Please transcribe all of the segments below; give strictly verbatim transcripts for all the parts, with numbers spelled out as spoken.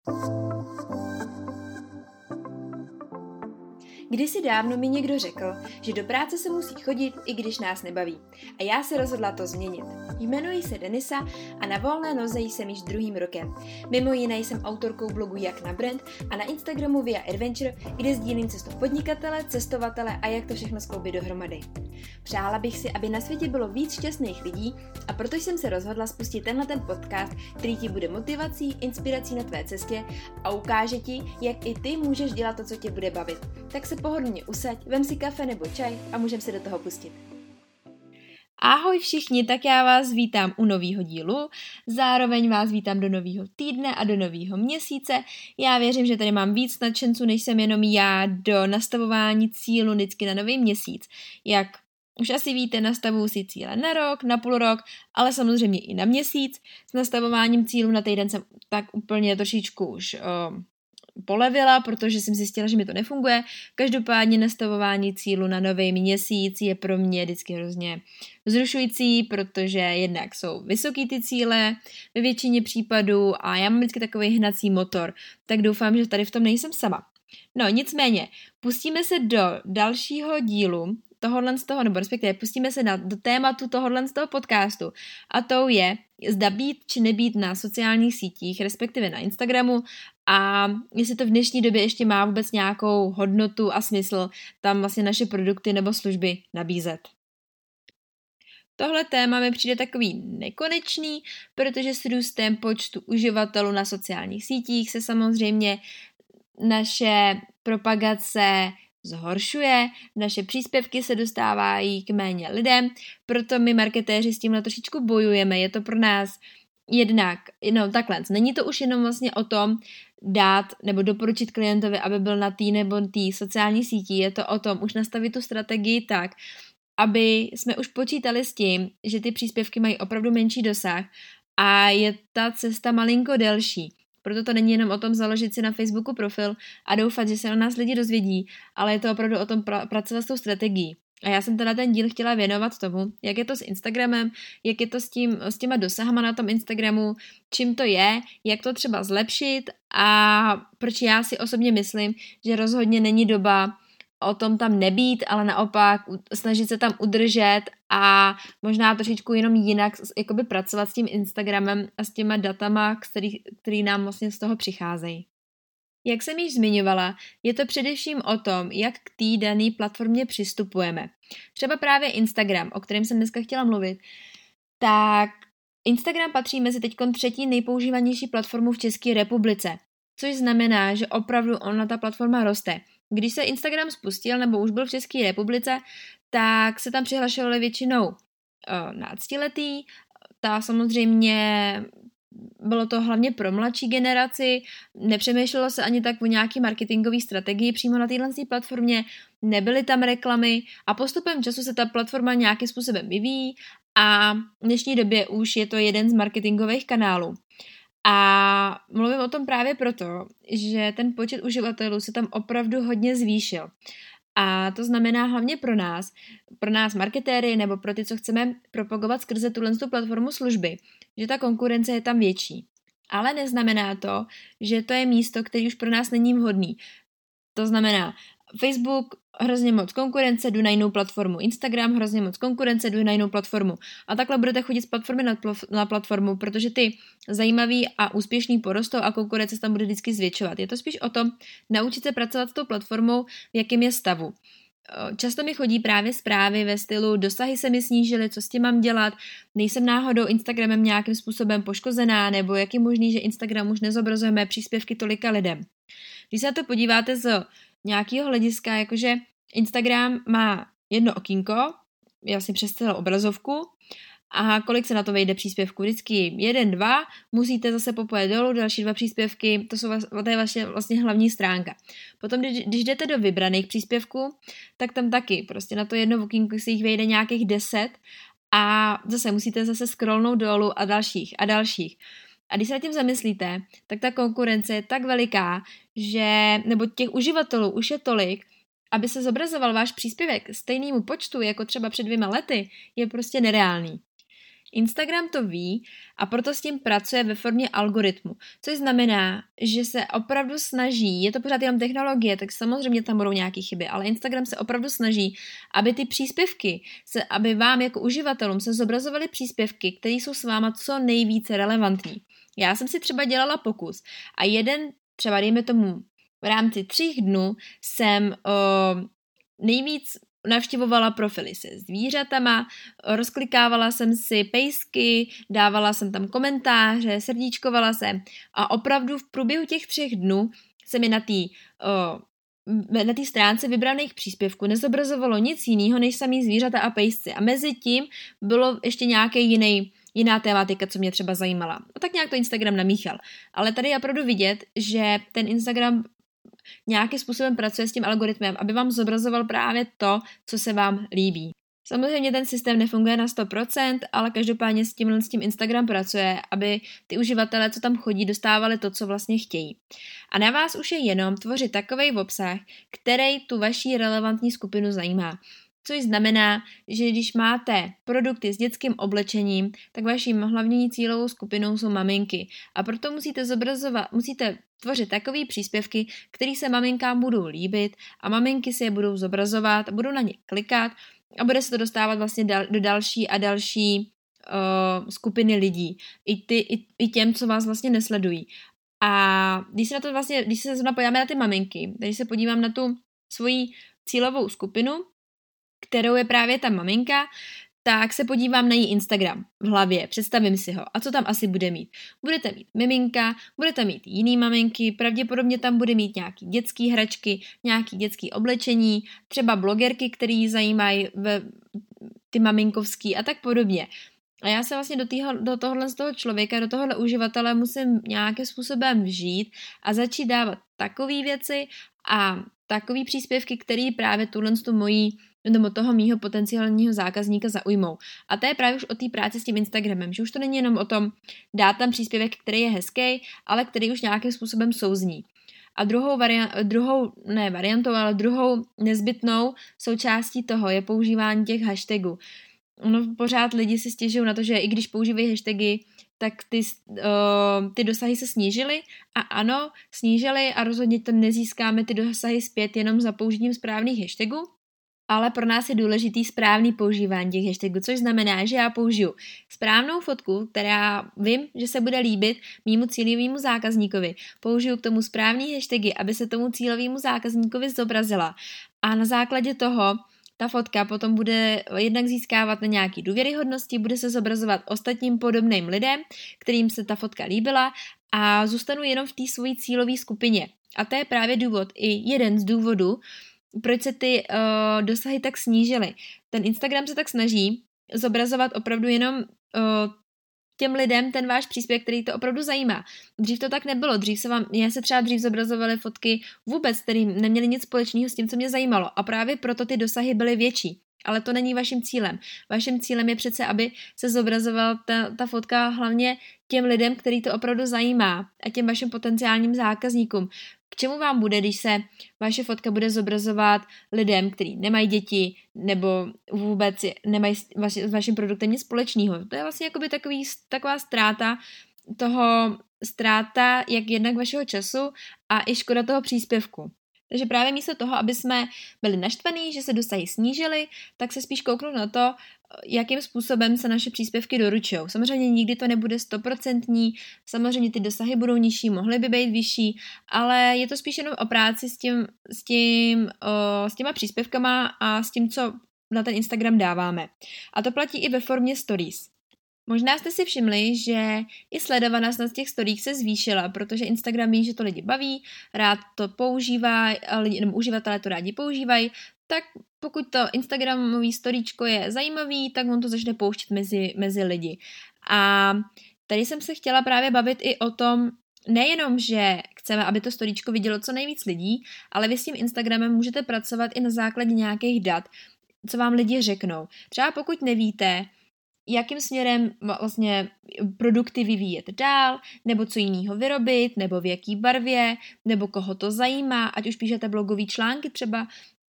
Kdysi dávno mi někdo řekl, že do práce se musí chodit, i když nás nebaví. A já se rozhodla to změnit. Jmenuji se Denisa a na volné noze jsem již druhým rokem. Mimo jiné jsem autorkou blogu Jak na brand a na Instagramu Via Adventure, kde sdílím cestu podnikatele, cestovatele a jak to všechno skloubit dohromady. Přála bych si, aby na světě bylo víc šťastných lidí, a proto jsem se rozhodla spustit tenhle ten podcast, který ti bude motivací, inspirací na tvé cestě a ukáže ti, jak i ty můžeš dělat to, co tě bude bavit. Tak se pohodlně usaď, vem si kafe nebo čaj a můžeme se do toho pustit. Ahoj všichni, tak já vás vítám u nového dílu, zároveň vás vítám do nového týdne a do nového měsíce. Já věřím, že tady mám víc nadšenců, než jsem jenom já do nastavování cílu vždycky na nový měsíc. Jak už asi víte, nastavuju si cíle na rok, na půl rok, ale samozřejmě i na měsíc. S nastavováním cílu na týden jsem tak úplně trošičku už uh, polevila, protože jsem zjistila, že mi to nefunguje. Každopádně nastavování cílu na nový měsíc je pro mě vždycky hrozně vzrušující, protože jednak jsou vysoký ty cíle ve většině případů a já mám vždycky takový hnací motor, tak doufám, že tady v tom nejsem sama. No nicméně, pustíme se do dalšího dílu tohohle z toho, nebo respektive pustíme se na, do tématu tohohle z toho podcastu a to je, zda být či nebýt na sociálních sítích, respektive na Instagramu a jestli to v dnešní době ještě má vůbec nějakou hodnotu a smysl tam vlastně naše produkty nebo služby nabízet. Tohle téma mi přijde takový nekonečný, protože s růstem počtu uživatelů na sociálních sítích se samozřejmě naše propagace zhoršuje, naše příspěvky se dostávají k méně lidem, proto my marketéři s tímhle trošičku bojujeme, je to pro nás jednak, no takhle, není to už jenom vlastně o tom dát nebo doporučit klientovi, aby byl na tý nebo tý sociální sítí, je to o tom už nastavit tu strategii tak, aby jsme už počítali s tím, že ty příspěvky mají opravdu menší dosah a je ta cesta malinko delší. Proto to není jenom o tom založit si na Facebooku profil a doufat, že se o nás lidi dozvědí, ale je to opravdu o tom pra- pracovat s tou strategií. A já jsem teda ten díl chtěla věnovat tomu, jak je to s Instagramem, jak je to s, tím, s těma dosahama na tom Instagramu, čím to je, jak to třeba zlepšit a proč já si osobně myslím, že rozhodně není doba o tom tam nebýt, ale naopak snažit se tam udržet a možná trošičku jenom jinak jakoby pracovat s tím Instagramem a s těma datama, který, který nám vlastně z toho přicházejí. Jak jsem již zmiňovala, je to především o tom, jak k té dané platformě přistupujeme. Třeba právě Instagram, o kterém jsem dneska chtěla mluvit, tak Instagram patří mezi teďkon třetí nejpoužívanější platformu v České republice, což znamená, že opravdu ona ta platforma roste. Když se Instagram spustil nebo už byl v České republice, tak se tam přihlašovali většinou uh, náctiletí. Ta samozřejmě bylo to hlavně pro mladší generaci, nepřemýšlelo se ani tak o nějaký marketingový strategii přímo na téhle platformě, nebyly tam reklamy a postupem času se ta platforma nějakým způsobem vyvíjí a v dnešní době už je to jeden z marketingových kanálů. A mluvím o tom právě proto, že ten počet uživatelů se tam opravdu hodně zvýšil. A to znamená hlavně pro nás, pro nás marketéry nebo pro ty, co chceme propagovat skrze tuhle platformu služby, že ta konkurence je tam větší. Ale neznamená to, že to je místo, který už pro nás není vhodný. To znamená, Facebook hrozně moc konkurence, jdu na jinou platformu, Instagram hrozně moc konkurence, jdu na jinou platformu. A takhle budete chodit z platformy na, pl- na platformu, protože ty zajímavý a úspěšný porostou a konkurence se tam bude vždycky zvětšovat. Je to spíš o tom naučit se pracovat s tou platformou, v jakém je stavu. Často mi chodí právě zprávy ve stylu dosahy se mi snížily, co s tím mám dělat, nejsem náhodou Instagramem nějakým způsobem poškozená, nebo jak je možný, že Instagram už nezobrazujeme příspěvky tolika lidem. Když se na to podíváte z nějakého hlediska, jakože Instagram má jedno okýnko, jasně přes celou obrazovku a kolik se na to vejde příspěvku. Vždycky jeden, dva, musíte zase popojet dolů, další dva příspěvky, to, jsou, to je vlastně, vlastně hlavní stránka. Potom, když, když jdete do vybraných příspěvků, tak tam taky prostě na to jedno okýnko si jich vejde nějakých deset a zase musíte zase scrollnout dolů a dalších a dalších. A když se nad tím zamyslíte, tak ta konkurence je tak veliká, že, nebo těch uživatelů už je tolik, aby se zobrazoval váš příspěvek stejnému počtu, jako třeba před dvěma lety, je prostě nereálný. Instagram to ví a proto s tím pracuje ve formě algoritmu, což znamená, že se opravdu snaží, je to pořád jenom technologie, tak samozřejmě tam budou nějaké chyby, ale Instagram se opravdu snaží, aby ty příspěvky, se, aby vám jako uživatelům se zobrazovaly příspěvky, které jsou s váma co nejvíce relevantní. Já jsem si třeba dělala pokus a jeden, třeba dejme tomu v rámci tří dnů jsem o, nejvíc navštěvovala profily se zvířatama, rozklikávala jsem si pejsky, dávala jsem tam komentáře, srdíčkovala jsem a opravdu v průběhu těch třech dnů se mi na té na té stránce vybraných příspěvků nezobrazovalo nic jiného než samý zvířata a pejsci a mezi tím bylo ještě nějaký jiný jiná tématika, co mě třeba zajímala. A tak nějak to Instagram namíchal. Ale tady je opravdu vidět, že ten Instagram nějakým způsobem pracuje s tím algoritmem, aby vám zobrazoval právě to, co se vám líbí. Samozřejmě ten systém nefunguje na sto procent, ale každopádně s tímhle s tím Instagram pracuje, aby ty uživatelé, co tam chodí, dostávali to, co vlastně chtějí. A na vás už je jenom tvořit takovej obsah, který tu vaší relevantní skupinu zajímá. Což znamená, že když máte produkty s dětským oblečením, tak vaší hlavní cílovou skupinou jsou maminky. A proto musíte zobrazovat, musíte tvořit takové příspěvky, které se maminkám budou líbit a maminky si je budou zobrazovat, budou na ně klikat a bude se to dostávat vlastně dal, do další a další uh, skupiny lidí. I, ty, i, I těm, co vás vlastně nesledují. A když se na to vlastně, když se zrovna podíváme na ty maminky, když se podívám na tu svoji cílovou skupinu, kterou je právě ta maminka, tak se podívám na její Instagram v hlavě, představím si ho. A co tam asi bude mít? Budete mít miminka, budete mít jiný maminky, pravděpodobně tam bude mít nějaký dětský hračky, nějaký dětský oblečení, třeba blogerky, které ji zajímají, v, ty maminkovský a tak podobně. A já se vlastně do, týho, do tohohle z toho člověka, do tohohle uživatele musím nějakým způsobem vžít a začít dávat takové věci a takové příspěvky, které právě tuhle tu mojí nebo toho mýho potenciálního zákazníka zaujmou. A to je právě už o té práci s tím Instagramem, že už to není jenom o tom dát tam příspěvek, který je hezký, ale který už nějakým způsobem souzní. A druhou, variant, druhou ne variantou, ale druhou nezbytnou součástí toho je používání těch hashtagů. No, pořád lidi si stěžují na to, že i když používají hashtagy, tak ty, uh, ty dosahy se snížily a ano, snížily a rozhodně to nezískáme ty dosahy zpět jenom za použitím správných hashtagů, ale pro nás je důležitý správný používání těch hashtagů, což znamená, že já použiju správnou fotku, která vím, že se bude líbit mýmu cílovému zákazníkovi. Použiju k tomu správný hashtagy, aby se tomu cílovému zákazníkovi zobrazila a na základě toho ta fotka potom bude jednak získávat na nějaký důvěryhodnosti, bude se zobrazovat ostatním podobným lidem, kterým se ta fotka líbila a zůstanu jenom v té svojí cílové skupině. A to je právě důvod, i jeden z důvodů, proč se ty uh, dosahy tak snížily. Ten Instagram se tak snaží zobrazovat opravdu jenom uh, těm lidem ten váš příspěvek, který to opravdu zajímá. Dřív to tak nebylo, dřív se vám, já se třeba dřív zobrazovaly fotky vůbec, které neměly nic společného s tím, co mě zajímalo a právě proto ty dosahy byly větší. Ale to není vaším cílem. Vaším cílem je přece, aby se zobrazovala ta, ta fotka hlavně těm lidem, který to opravdu zajímá a těm vašim potenciálním zákazníkům. K čemu vám bude, když se vaše fotka bude zobrazovat lidem, kteří nemají děti nebo vůbec nemají s, vaši, s vaším produktem nic společného? To je vlastně jakoby takový, taková ztráta toho, ztráta jak jednak vašeho času a i škoda toho příspěvku. Takže právě místo toho, aby jsme byli naštvaní, že se dosahy snížily, tak se spíš kouknout na to, jakým způsobem se naše příspěvky doručují. Samozřejmě nikdy to nebude stoprocentní, samozřejmě ty dosahy budou nižší, mohly by být vyšší, ale je to spíš jenom o práci s, tím, s, tím, o, s těma příspěvkama a s tím, co na ten Instagram dáváme. A to platí i ve formě stories. Možná jste si všimli, že i sledovanost na těch stories se zvýšila, protože Instagram ví, že to lidi baví, rád to používají, nebo uživatelé to rádi používají, tak pokud to Instagramový storíčko je zajímavý, tak on to začne pouštět mezi, mezi lidi. A tady jsem se chtěla právě bavit i o tom, nejenom, že chceme, aby to storíčko vidělo co nejvíc lidí, ale vy s tím Instagramem můžete pracovat i na základě nějakých dat, co vám lidi řeknou. Třeba pokud nevíte, jakým směrem vlastně produkty vyvíjet dál, nebo co jinýho vyrobit, nebo v jaký barvě, nebo koho to zajímá, ať už píšete blogové články třeba,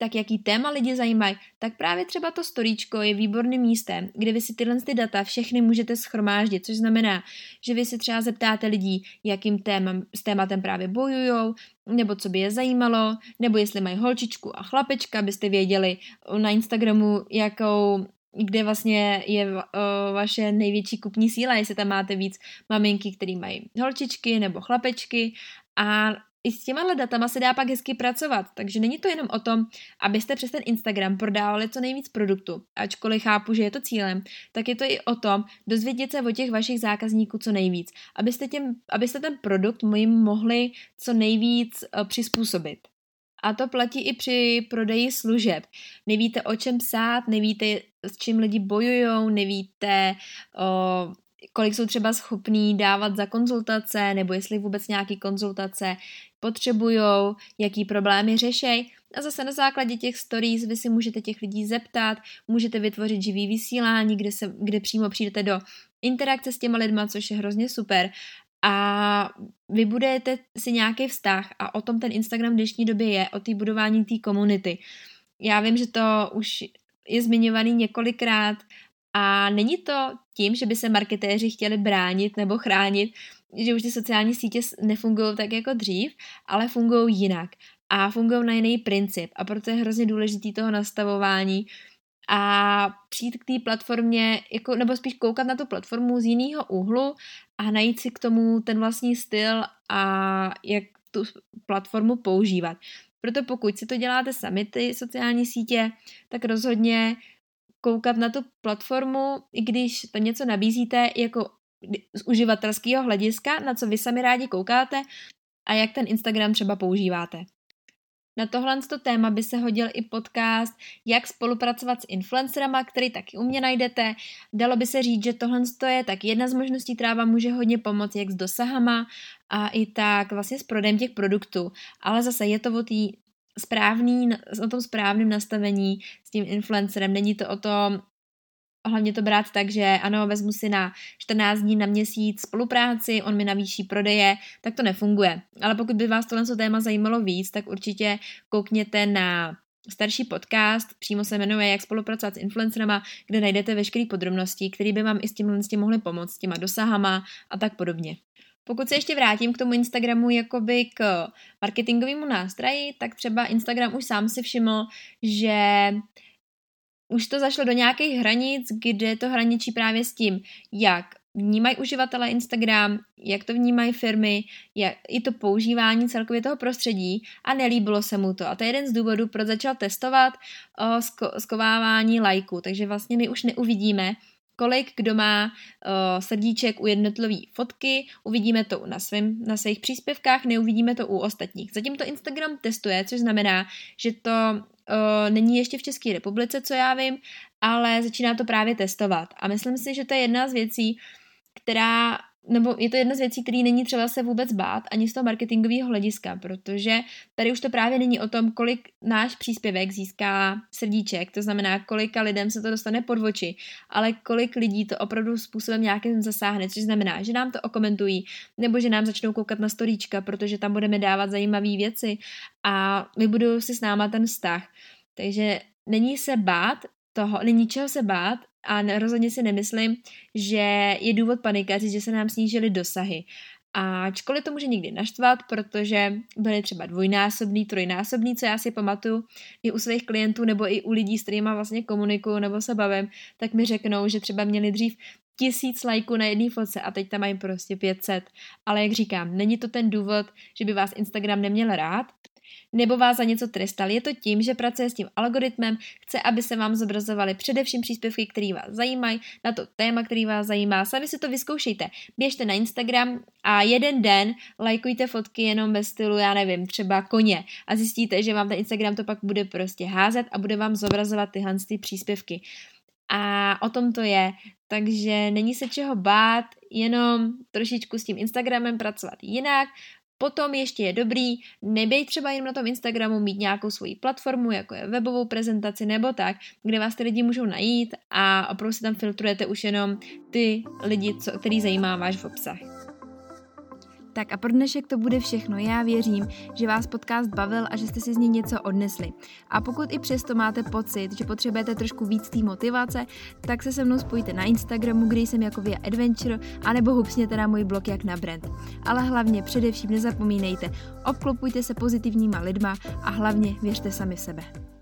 tak jaký téma lidi zajímají, tak právě třeba to storíčko je výborným místem, kde vy si tyhle ty data všechny můžete shromáždit, což znamená, že vy si třeba zeptáte lidí, jakým témam, s tématem právě bojujou, nebo co by je zajímalo, nebo jestli mají holčičku a chlapečka, abyste věděli na Instagramu, jakou kde vlastně je uh, vaše největší kupní síla, jestli tam máte víc maminky, které mají holčičky nebo chlapečky, a i s těma datama se dá pak hezky pracovat, takže není to jenom o tom, abyste přes ten Instagram prodávali co nejvíc produktu, ačkoliv chápu, že je to cílem, tak je to i o tom dozvědět se o těch vašich zákazníků co nejvíc, abyste, těm, abyste ten produkt jim mohli co nejvíc uh, přizpůsobit. A to platí i při prodeji služeb. Nevíte, o čem psát, nevíte, s čím lidi bojujou, nevíte, o, kolik jsou třeba schopní dávat za konzultace, nebo jestli vůbec nějaký konzultace potřebujou, jaký problémy řešej. A zase na základě těch stories vy si můžete těch lidí zeptat, můžete vytvořit živý vysílání, kde, se, kde přímo přijdete do interakce s těma lidma, což je hrozně super. A vybudujete si nějaký vztah a o tom ten Instagram v dnešní době je, o té budování té komunity. Já vím, že to už je zmiňovaný několikrát a není to tím, že by se marketéři chtěli bránit nebo chránit, že už ty sociální sítě nefungují tak jako dřív, ale fungují jinak a fungují na jiný princip a proto je hrozně důležitý toho nastavování a přijít k té platformě, jako, nebo spíš koukat na tu platformu z jiného úhlu a najít si k tomu ten vlastní styl a jak tu platformu používat. Proto pokud si to děláte sami, ty sociální sítě, tak rozhodně koukat na tu platformu, i když tam něco nabízíte jako z uživatelského hlediska, na co vy sami rádi koukáte a jak ten Instagram třeba používáte. Na tohle téma by se hodil i podcast Jak spolupracovat s influencerama, který taky u mě najdete. Dalo by se říct, že tohle je tak jedna z možností, která vám může hodně pomoct jak s dosahama a i tak vlastně s prodejem těch produktů. Ale zase je to o té správný, o tom správném nastavení s tím influencerem. Není to o tom hlavně to brát tak, že ano, vezmu si na čtrnáct dní na měsíc spolupráci, on mi navýší prodeje, tak to nefunguje. Ale pokud by vás tohle téma zajímalo víc, tak určitě koukněte na starší podcast, přímo se jmenuje Jak spolupracovat s influencerama, kde najdete veškeré podrobnosti, které by vám i s tím, s tím mohly pomoct, s těma dosahama a tak podobně. Pokud se ještě vrátím k tomu Instagramu jakoby k marketingovému nástroji, tak třeba Instagram už sám si všiml, že už to zašlo do nějakých hranic, kde to hraničí právě s tím, jak vnímají uživatelé Instagram, jak to vnímají firmy, jak i to používání celkově toho prostředí a nelíbilo se mu to. A to je jeden z důvodů, proč začal testovat o, sko- skovávání lajků. Takže vlastně my už neuvidíme, kolik kdo má o, srdíček u jednotlivé fotky, uvidíme to na, svým, na svých příspěvkách, neuvidíme to u ostatních. Zatím to Instagram testuje, což znamená, že to o, není ještě v České republice, co já vím, ale začíná to právě testovat. A myslím si, že to je jedna z věcí, která, nebo je to jedna z věcí, který není třeba se vůbec bát ani z toho marketingového hlediska, protože tady už to právě není o tom, kolik náš příspěvek získá srdíček, to znamená, kolika lidem se to dostane pod oči, ale kolik lidí to opravdu způsobem nějakým zasáhne, což znamená, že nám to okomentují, nebo že nám začnou koukat na storíčka, protože tam budeme dávat zajímavé věci a vybudují si s náma ten vztah. Takže není se bát toho, není čeho se bát, a rozhodně si nemyslím, že je důvod panikařit, že se nám snížily dosahy. A ačkoliv to může někdy naštvat, protože byly třeba dvojnásobný, trojnásobný, co já si pamatuju i u svých klientů nebo i u lidí, s kterými vlastně komunikuju nebo se bavím, tak mi řeknou, že třeba měli dřív tisíc lajků na jedné fotce a teď tam mají prostě pět set. Ale jak říkám, není to ten důvod, že by vás Instagram neměl rád, nebo vás za něco trestal. Je to tím, že pracuje s tím algoritmem, chce, aby se vám zobrazovaly především příspěvky, které vás zajímají, na to téma, který vás zajímá. Sami si to vyzkoušejte. Běžte na Instagram a jeden den lajkujte fotky jenom ve stylu, já nevím, třeba koně a zjistíte, že vám ten Instagram to pak bude prostě házet a bude vám zobrazovat tyhle ty příspěvky. A o tom to je. Takže není se čeho bát, jenom trošičku s tím Instagramem pracovat jinak. Potom ještě je dobrý nebejt třeba jen na tom Instagramu, mít nějakou svoji platformu, jako je webovou prezentaci nebo tak, kde vás ty lidi můžou najít a opravdu si tam filtrujete už jenom ty lidi, co, který zajímá váš obsah. Tak a pro dnešek to bude všechno. Já věřím, že vás podcast bavil a že jste si z něj něco odnesli. A pokud i přesto máte pocit, že potřebujete trošku víc té motivace, tak se se mnou spojte na Instagramu, kde jsem jako Via Adventure, anebo hupsněte na můj blog Jak na brand. Ale hlavně především nezapomínejte, obklopujte se pozitivníma lidma a hlavně věřte sami v sebe.